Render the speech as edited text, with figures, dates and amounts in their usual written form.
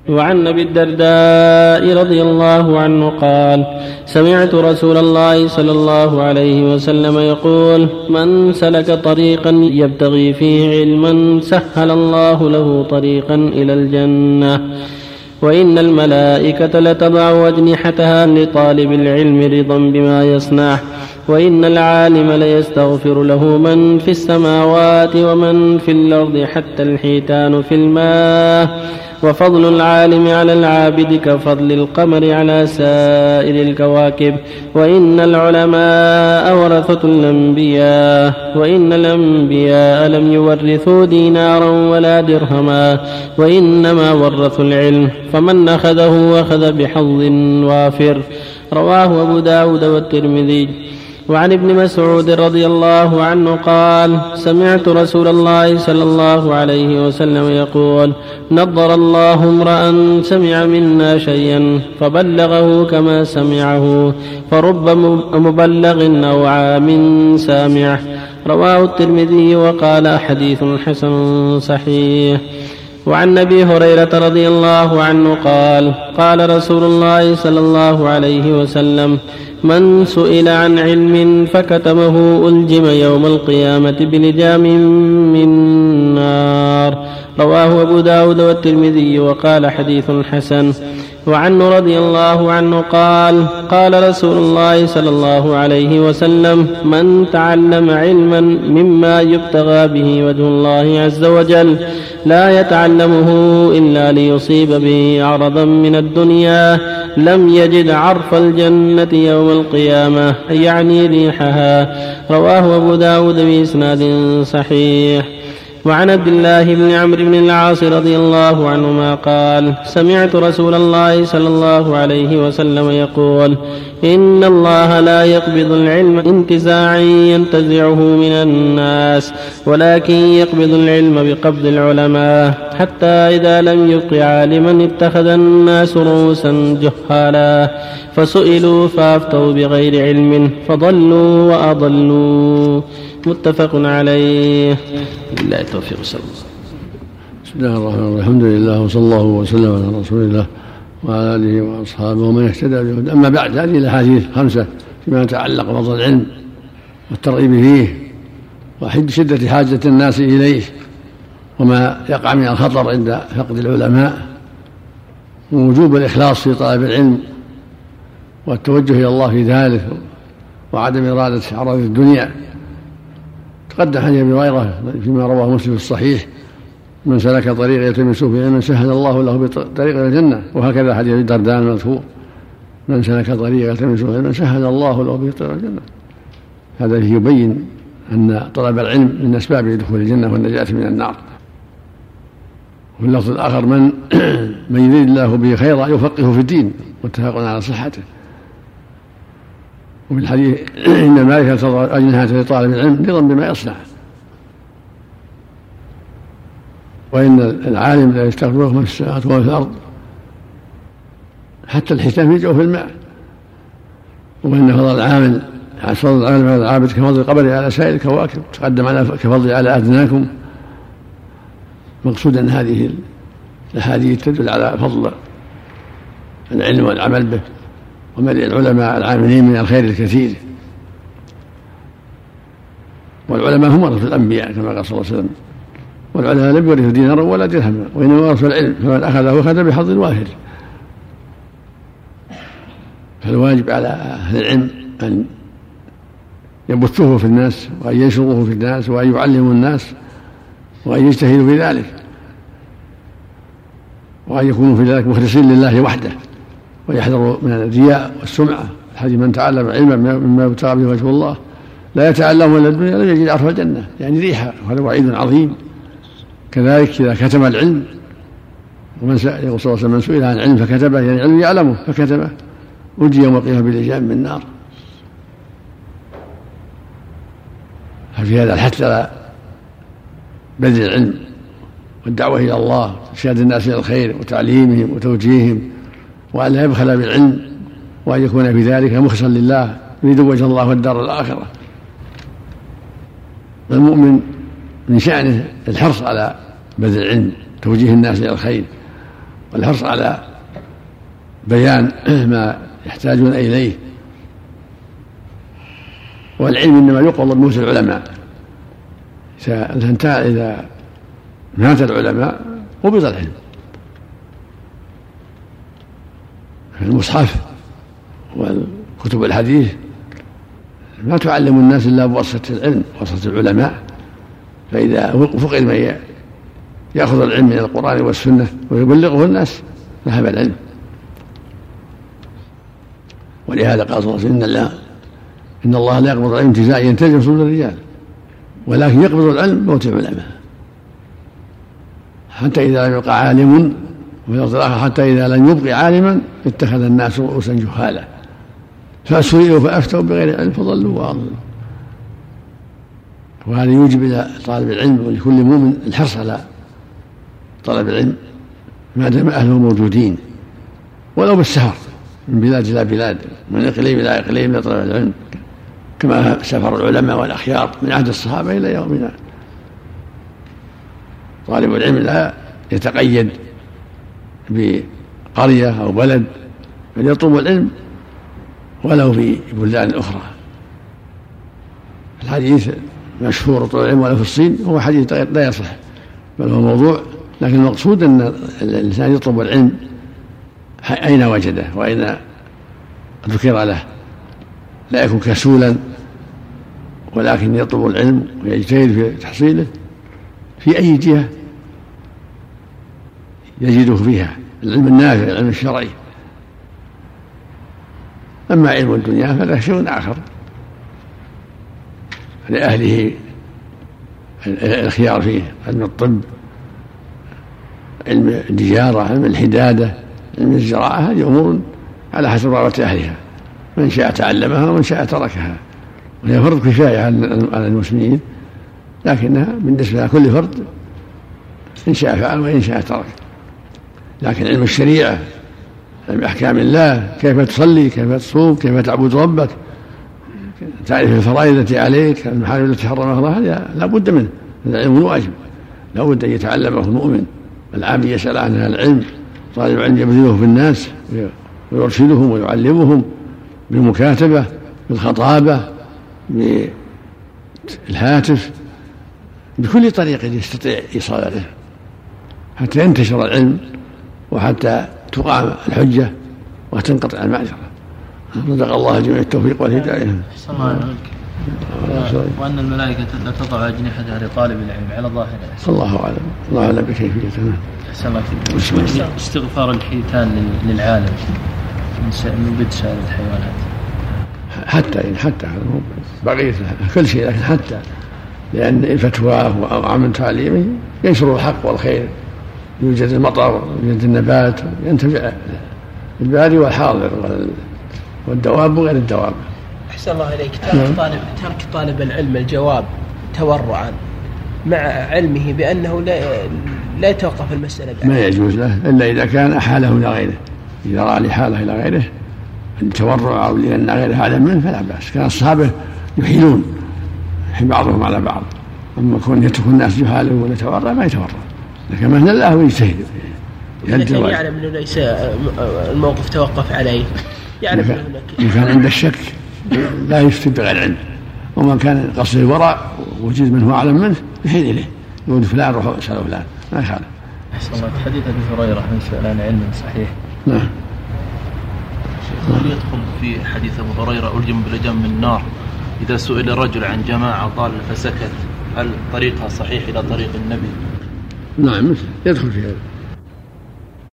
وعن أبي الدرداء رضي الله عنه قال: سمعت رسول الله صلى الله عليه وسلم يقول: من سلك طريقا يبتغي فيه علما سهل الله له طريقا إلى الجنة. وإن الملائكة لتضع أجنحتها لطالب العلم رضا بما يصنع. وإن العالم ليستغفر له من في السماوات ومن في الأرض حتى الحيتان في الماء. وفضل العالم على العابد كفضل القمر على سائر الكواكب. وإن العلماء ورثة الأنبياء. وإن الأنبياء لم يورثوا دينارا ولا درهما، وإنما ورثوا العلم، فمن أخذه أخذ بحظ وافر. رواه أبو داود والترمذي. وعن ابن مسعود رضي الله عنه قال: سمعت رسول الله صلى الله عليه وسلم يقول: نضر الله امرأ سمع منا شيئا فبلغه كما سمعه، فرب مبلغ أو عام سامع. رواه الترمذي وقال: حديث حسن صحيح. وعن أبي هريرة رضي الله عنه قال: قال رسول الله صلى الله عليه وسلم: من سئل عن علم فكتمه ألجم يوم القيامة بلجام من نار. رواه أبو داود والترمذي وقال: حديث حسن. وعنه رضي الله عنه قال: قال رسول الله صلى الله عليه وسلم: من تعلم علما مما يبتغى به وجه الله عز وجل لا يتعلمه إلا ليصيب به عرضا من الدنيا لم يجد عرف الجنة يوم القيامة، يعني ريحها. رواه أبو داود بإسناد صحيح. وعن عبد الله بن عمرو بن العاص رضي الله عنهما قال: سمعت رسول الله صلى الله عليه وسلم يقول: إن الله لا يقبض العلم انتزاعا ينتزعه من الناس، ولكن يقبض العلم بقبض العلماء، حتى إذا لم يبق عالما اتخذ الناس رؤوسا جهالا فسئلوا فأفتوا بغير علم فضلوا وأضلوا. متفق عليه. بالله التوفيق. صلى الله. بسم الله الرحمن الرحيم. الحمد لله وصلى الله وسلم على رسول الله وعلى آله وأصحابه ومن اهتدى بهداه. أما بعد، هذه الأحاديث 5 فيما يتعلق بفضل العلم والترغيب فيه وشدة حاجة الناس إليه وما يقع من الخطر عند فقد العلماء، ووجوب الإخلاص في طلب العلم والتوجه إلى الله في ذلك وعدم إرادة عرض الدنيا. تقدم حديث ابي هريره فيما رواه مسلم في الصحيح: من سلك طريق يلتمس فيه علما سهل الله له بطريق الى الجنه. وهكذا حديث ابي الدرداء المذكور: من سلك طريق يلتمس فيه علما سهل الله له بطريق الجنه. هذا يبين ان طلب العلم من اسباب دخول الجنه والنجاه من النار. وفي اللفظ الاخر: من يريد الله به خيرا يفقهه في الدين، متفق على صحته. وفي الحديث: إن الملائكة تضع أجنحتها لطالب العلم رضا بما يصنع. وإن العالم لا يستغفره من في السماوات ومن في الأرض حتى الحيتان في جوف الماء. وإن فضل العالم على العابد كفضل القمر على سائر الكواكب، تقدم على كفضل على أدناكم. مقصود أن هذه الأحاديث تدل على فضل العلم والعمل به وملئ العلماء العاملين من الخير الكثير. والعلماء هم ورثة الأنبياء كما قال صلى الله عليه وسلم: والعلماء لم يورثوا دينارا ولا درهما، وإنما ورثوا العلم، فمن أخذه أخذ بحظ وافر. فالواجب على أهل العلم أن يبثوه في الناس وأن ينشروه في الناس وأن يعلموا الناس وأن يجتهدوا في ذلك وأن يكونوا في ذلك مخلصين لله وحده، ويحذروا من الرياء والسمعة. الحديث: من تعلم علما مما يبتغى به وجه الله لا يتعلمه إلا الدنيا لم يجد عرف الجنة، يعني ريحة. وهذا وعيد عظيم. كذلك إذا كتم العلم، ومن يقول صلى الله عليه وسلم: من سئل عن علم فكتبه، يعني علم يعلمه فكتبه، أجي يوم القيامة بلجام من نار. ففي هذا الحث على بذل العلم والدعوة إلى الله، إرشاد الناس إلى الخير وتعليمهم وتوجيههم، وأن لا يبخل بالعلم، وأن يكون في ذلك مخلصا لله يريد وجه الله والدار الآخرة. المؤمن من شأنه الحرص على بذل العلم، توجيه الناس إلى الخير، والحرص على بيان ما يحتاجون إليه. والعلم إنما يقبض بموت العلماء، إذا مات العلماء قبض العلم. المصحف والكتب الحديث ما تعلم الناس إلا بواسطة العلم، بواسطة العلماء. فإذا فقد من يأخذ العلم من القرآن والسنة ويبلغه الناس ذهب العلم. ولهذا قال صلى الله عليه وسلم إن الله لا يقبض العلم انتزاعا ينتزع صدور الرجال، ولكن يقبض العلم موت العلماء. حتى إذا لم يبقى عالم، حتى إذا لم يبق عالما اتخذ الناس رؤوسا جهالا فسئلوا فأفتوا بغير علم فضلوا وأضلوا. وهذا يوجب إلى طالب العلم ولكل مؤمن الحرص على طلب العلم ما دام أهله موجودين، ولو بالسفر من بلاد إلى بلاد، من إقليم إلى إقليم لطلب العلم، كما سافر العلماء والأخيار من عهد الصحابة إلى يومنا. طالب العلم لا يتقيد بقرية أو بلد، بل يطلب العلم ولو في بلدان أخرى. الحديث مشهور طلب العلم ولو في الصين هو حديث لا يصح، بل هو موضوع. لكن المقصود أن الإنسان يطلب العلم أين وجده وأين ذكر له، لا يكون كسولا، ولكن يطلب العلم ويجتهد في تحصيله في أي جهة يجده فيها، العلم النافع، العلم الشرعي. أما علم الدنيا فله شيء آخر لأهله الخيار فيه، علم الطب، علم التجارة، علم الحدادة، علم الزراعة، هذه أمور على حسب رغبة أهلها، من شاء تعلمها ومن شاء تركها، وهي فرض كفاية على المسلمين، لكنها بالنسبة لكل فرد إن شاء فعل وإن شاء ترك. لكن علم الشريعة، علم أحكام الله، كيف تصلي، كيف تصوم، كيف تعبد ربك، تعرف الفرائض التي عليك، المحارم التي حرمها الله، هذا لا بد منه، هذا علم واجب لا بد أن يتعلمه المؤمن. العام يسأل عنها العلم، طالب العلم يبذله في الناس ويرشدهم ويعلمهم بالمكاتبة، بالخطابة، بالهاتف، بكل طريقة يستطيع إيصاله حتى ينتشر العلم وحتى تقام الحجة وتنقطع المعذرة. رزق الله جميع التوفيق والهداية. وأن الملائكة لا تضع أجنحتها لطالب العلم على ظاهره. الله أعلم، الله أعلم بكيفيته. استغفار الحيتان للعالم من بد سائر الحيوانات، حتى بقية كل شيء، لكن حتى لأن الفتوى وعمل تعليمه ينشر الحق والخير، يوجد المطر، يوجد النبات، ينتفع الباري والحاضر والدواب وغير الدواب. أحسن الله إليك. ترك طالب العلم الجواب تورعا مع علمه بأنه لا يتوقف المسألة ما يجوز له إلا إذا كان أحاله إلى غيره. إذا رأى لحاله إلى غيره التورع أو لأن غيره أعلم منه فلا بأس. كان الصحابة يحيلون بعضهم على بعض، أما كون يترك الناس جهاله ونتورع ما يتورع، لكن مهن الله ويجتهد. لكن يعلم أنه ليس الموقف توقف عليه، يعلم إن كان عند الشك لا يفتي بغير علم، ومن كان قصد الورع وجد منه أعلم منه يحيل إليه، يقول فلان روح اسأله فلان، ما يخالف. أحسن الله. حديث أبي هريرة من سؤال عن علم صحيح. نعم. هل يدخل في حديث أبو هريرة ألجم بلجم من النار إذا سئل الرجل عن جماعة ضال فسكت، هل طريقها صحيح إلى طريق النبي؟ نعم يدخل في هذا.